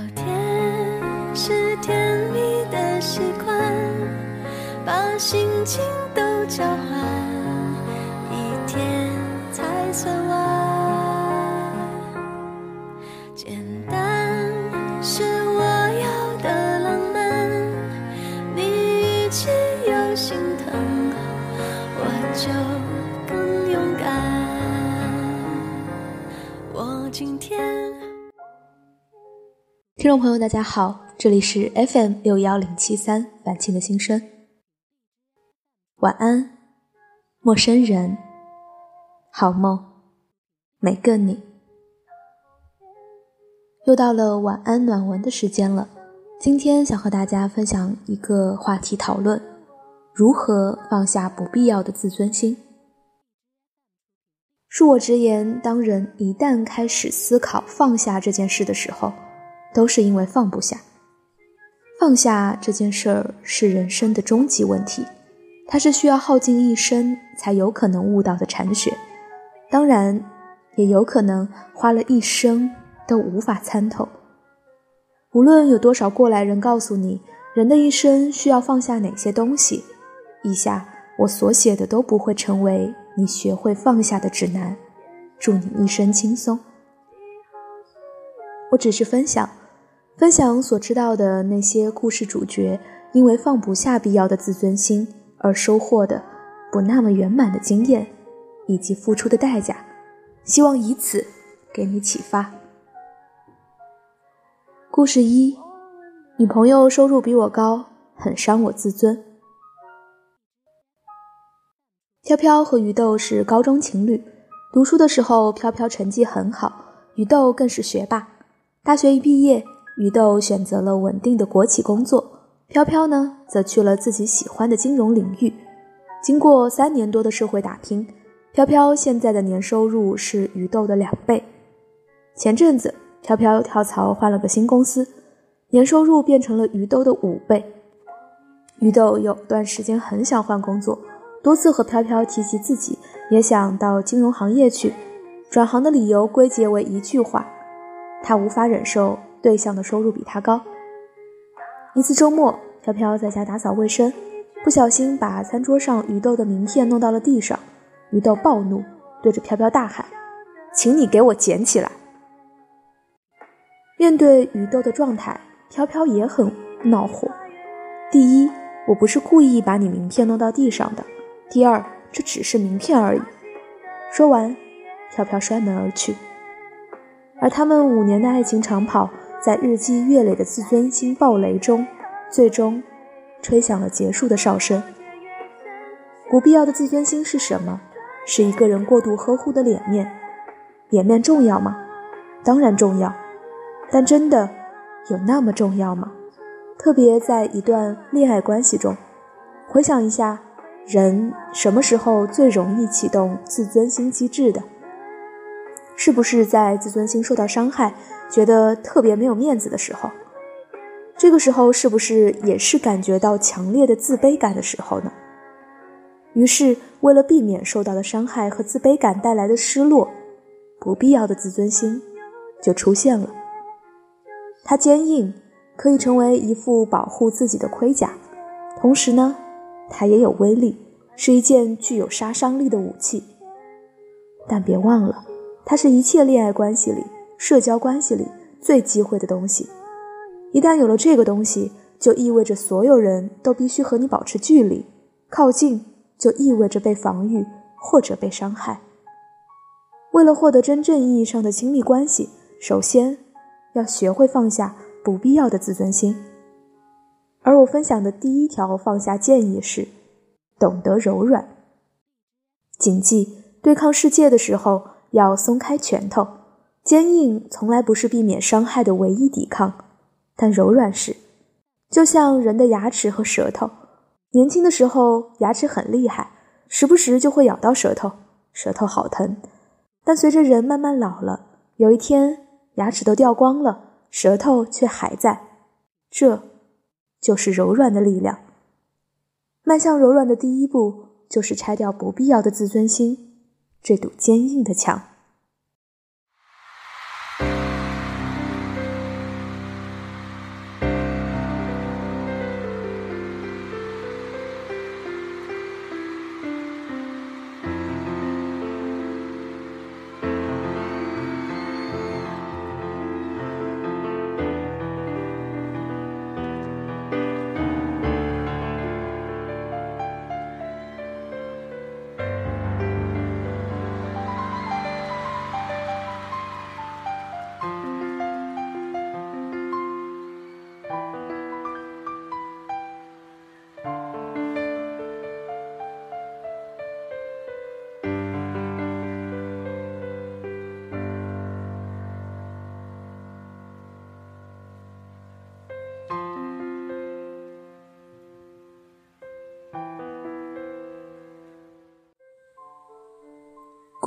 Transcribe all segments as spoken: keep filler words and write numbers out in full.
天是甜蜜的习惯，把心情都交换，一天才算完。简单是我要的浪漫，你语气有心疼，我就更勇敢。我今天听众朋友大家好，这里是 F M 六一零七三晚清的心声。晚安，陌生人，好梦，每个你。又到了晚安暖文的时间了，今天想和大家分享一个话题讨论，如何放下不必要的自尊心。恕我直言，当人一旦开始思考放下这件事的时候，都是因为放不下。放下这件事儿是人生的终极问题，它是需要耗尽一生才有可能悟到的禅学，当然也有可能花了一生都无法参透。无论有多少过来人告诉你人的一生需要放下哪些东西，以下我所写的都不会成为你学会放下的指南，祝你一生轻松。我只是分享分享所知道的那些故事主角因为放不下必要的自尊心而收获的不那么圆满的经验以及付出的代价，希望以此给你启发。故事一，女朋友收入比我高，很伤我自尊。飘飘和于豆是高中情侣，读书的时候飘飘成绩很好，于豆更是学霸。大学一毕业，于豆选择了稳定的国企工作，飘飘呢则去了自己喜欢的金融领域。经过三年多的社会打拼，飘飘现在的年收入是于豆的两倍。前阵子飘飘跳槽换了个新公司，年收入变成了于豆的五倍。于豆有段时间很想换工作，多次和飘飘提及自己也想到金融行业去，转行的理由归结为一句话，他无法忍受对象的收入比他高。一次周末，飘飘在家打扫卫生，不小心把餐桌上于豆的名片弄到了地上，于豆暴怒，对着飘飘大喊，请你给我捡起来。面对于豆的状态，飘飘也很恼火。第一，我不是故意把你名片弄到地上的，第二，这只是名片而已。说完，飘飘摔门而去。而他们五年的爱情长跑，在日积月累的自尊心暴雷中，最终吹响了结束的哨声。不必要的自尊心是什么？是一个人过度呵护的脸面。脸面重要吗？当然重要，但真的有那么重要吗？特别在一段恋爱关系中，回想一下，人什么时候最容易启动自尊心机制的？是不是在自尊心受到伤害，觉得特别没有面子的时候？这个时候是不是也是感觉到强烈的自卑感的时候呢？于是为了避免受到的伤害和自卑感带来的失落，不必要的自尊心就出现了。它坚硬，可以成为一副保护自己的盔甲，同时呢，它也有威力，是一件具有杀伤力的武器。但别忘了，它是一切恋爱关系里、社交关系里最忌讳的东西。一旦有了这个东西，就意味着所有人都必须和你保持距离，靠近就意味着被防御或者被伤害。为了获得真正意义上的亲密关系，首先要学会放下不必要的自尊心。而我分享的第一条放下建议是，懂得柔软。谨记，对抗世界的时候要松开拳头，坚硬从来不是避免伤害的唯一抵抗，但柔软是。就像人的牙齿和舌头，年轻的时候牙齿很厉害，时不时就会咬到舌头，舌头好疼。但随着人慢慢老了，有一天牙齿都掉光了，舌头却还在，这就是柔软的力量。迈向柔软的第一步，就是拆掉不必要的自尊心，这堵坚硬的墙。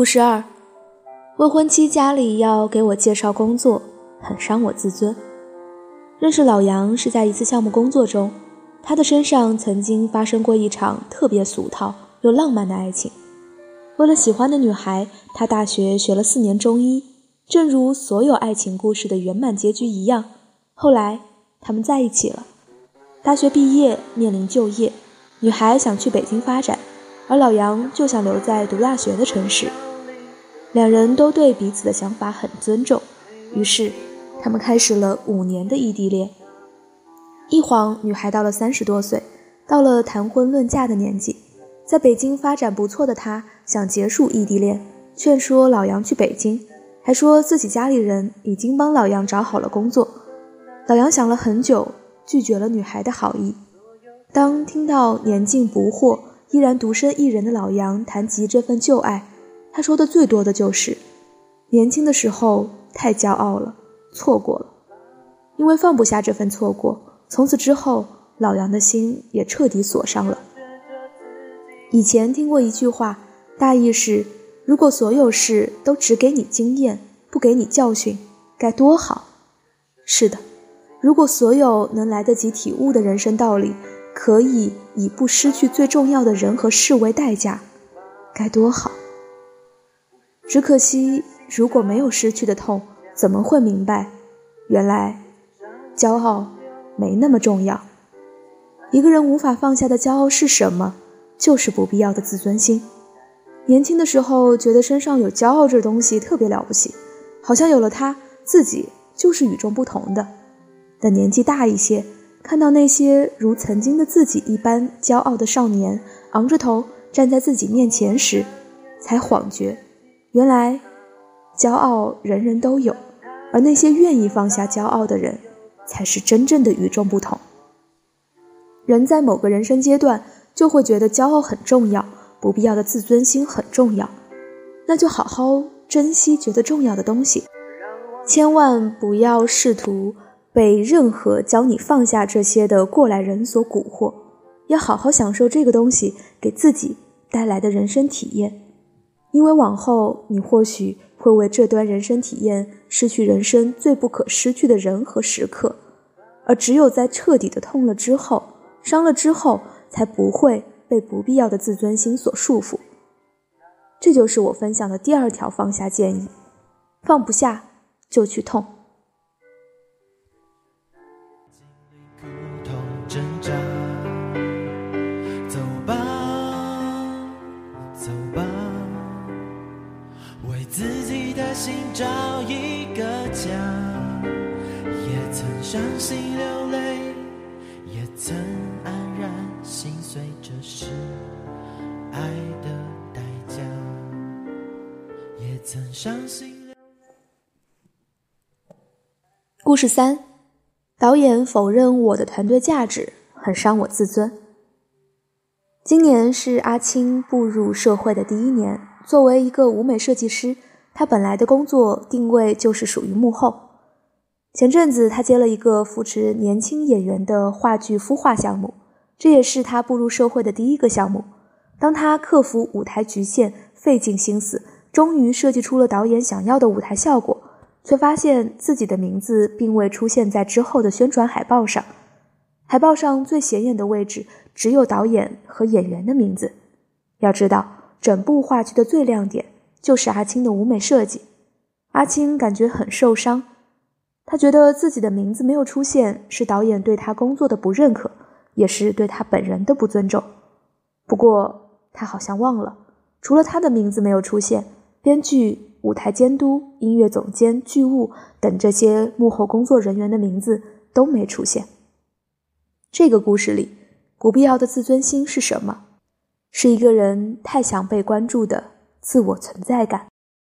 故事二，未婚妻家里要给我介绍工作，很伤我自尊。认识老杨是在一次项目工作中，他的身上曾经发生过一场特别俗套又浪漫的爱情。为了喜欢的女孩，他大学学了四年中医，正如所有爱情故事的圆满结局一样，后来他们在一起了。大学毕业，面临就业，女孩想去北京发展，而老杨就想留在读大学的城市。两人都对彼此的想法很尊重，于是他们开始了五年的异地恋。一晃，女孩到了三十多岁，到了谈婚论嫁的年纪。在北京发展不错的她想结束异地恋，劝说老杨去北京，还说自己家里人已经帮老杨找好了工作。老杨想了很久，拒绝了女孩的好意。当听到年近不惑依然独身一人的老杨谈及这份旧爱，他说的最多的就是年轻的时候太骄傲了，错过了。因为放不下这份错过，从此之后老杨的心也彻底锁上了。以前听过一句话，大意是，如果所有事都只给你经验，不给你教训，该多好。是的，如果所有能来得及体悟的人生道理可以以不失去最重要的人和事为代价，该多好。只可惜，如果没有失去的痛，怎么会明白，原来骄傲没那么重要。一个人无法放下的骄傲是什么？就是不必要的自尊心。年轻的时候觉得身上有骄傲这东西特别了不起，好像有了它，自己就是与众不同的。等年纪大一些，看到那些如曾经的自己一般骄傲的少年昂着头站在自己面前时，才恍觉，原来骄傲人人都有，而那些愿意放下骄傲的人，才是真正的与众不同。人在某个人生阶段就会觉得骄傲很重要，不必要的自尊心很重要，那就好好珍惜觉得重要的东西，千万不要试图被任何教你放下这些的过来人所蛊惑，要好好享受这个东西给自己带来的人生体验。因为往后你或许会为这段人生体验失去人生最不可失去的人和时刻，而只有在彻底的痛了之后，伤了之后，才不会被不必要的自尊心所束缚。这就是我分享的第二条放下建议，放不下就去痛。 挣扎，走吧走吧，为自己的心找一个家，也曾伤心流泪，也曾安然心碎，这是爱的代价，也曾伤心流泪。 故事三，导演否认我的团队价值，很伤我自尊。今年是阿青步入社会的第一年，作为一个舞美设计师，他本来的工作定位就是属于幕后。前阵子他接了一个扶持年轻演员的话剧孵化项目，这也是他步入社会的第一个项目。当他克服舞台局限，费尽心思，终于设计出了导演想要的舞台效果，却发现自己的名字并未出现在之后的宣传海报上。海报上最显眼的位置只有导演和演员的名字。要知道，整部话剧的最亮点就是阿青的舞美设计。阿青感觉很受伤，他觉得自己的名字没有出现，是导演对他工作的不认可，也是对他本人的不尊重。不过他好像忘了，除了他的名字没有出现，编剧、舞台监督、音乐总监、剧务等这些幕后工作人员的名字都没出现。这个故事里，不必要的自尊心是什么？是一个人太想被关注的自我存在感。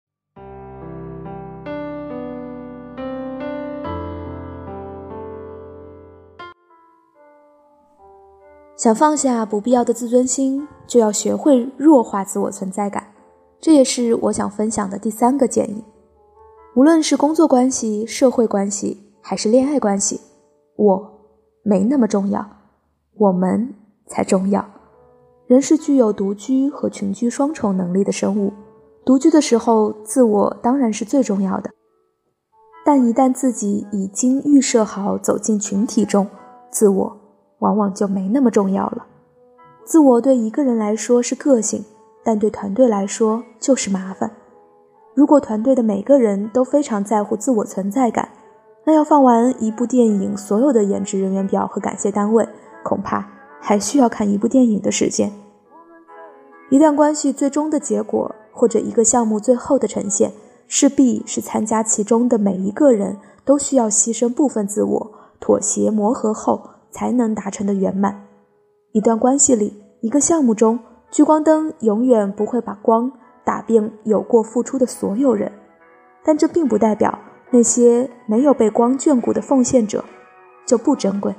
想放下不必要的自尊心，就要学会弱化自我存在感。这也是我想分享的第三个建议。无论是工作关系、社会关系，还是恋爱关系，我没那么重要，我们才重要。人是具有独居和群居双重能力的生物， 独居的时候，自我当然是最重要的，但一旦自己已经预设好走进群体中，自我往往就没那么重要了。自我对一个人来说是个性，但对团队来说就是麻烦。如果团队的每个人都非常在乎自我存在感，那要放完一部电影所有的演职人员表和感谢单位，恐怕还需要看一部电影的时间。一段关系最终的结果，或者一个项目最后的呈现，势必是参加其中的每一个人都需要牺牲部分自我，妥协磨合后才能达成的圆满。一段关系里，一个项目中，聚光灯永远不会把光打遍有过付出的所有人，但这并不代表那些没有被光眷顾的奉献者就不珍贵。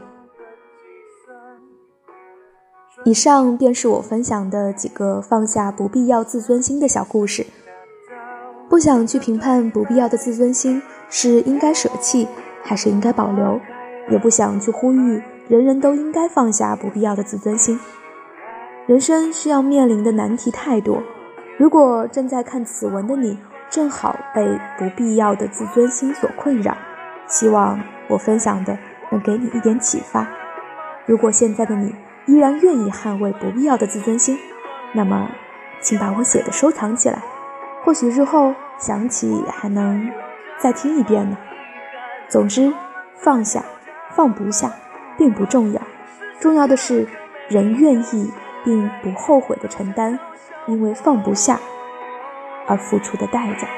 以上便是我分享的几个放下不必要自尊心的小故事。不想去评判不必要的自尊心是应该舍弃还是应该保留，也不想去呼吁人人都应该放下不必要的自尊心。人生需要面临的难题太多，如果正在看此文的你正好被不必要的自尊心所困扰，希望我分享的能给你一点启发。如果现在的你依然愿意捍卫不必要的自尊心，那么请把我写的收藏起来，或许日后想起还能再听一遍呢。总之，放下放不下并不重要，重要的是人愿意并不后悔地承担因为放不下而付出的代价。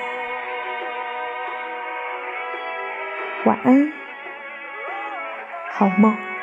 晚安，好梦。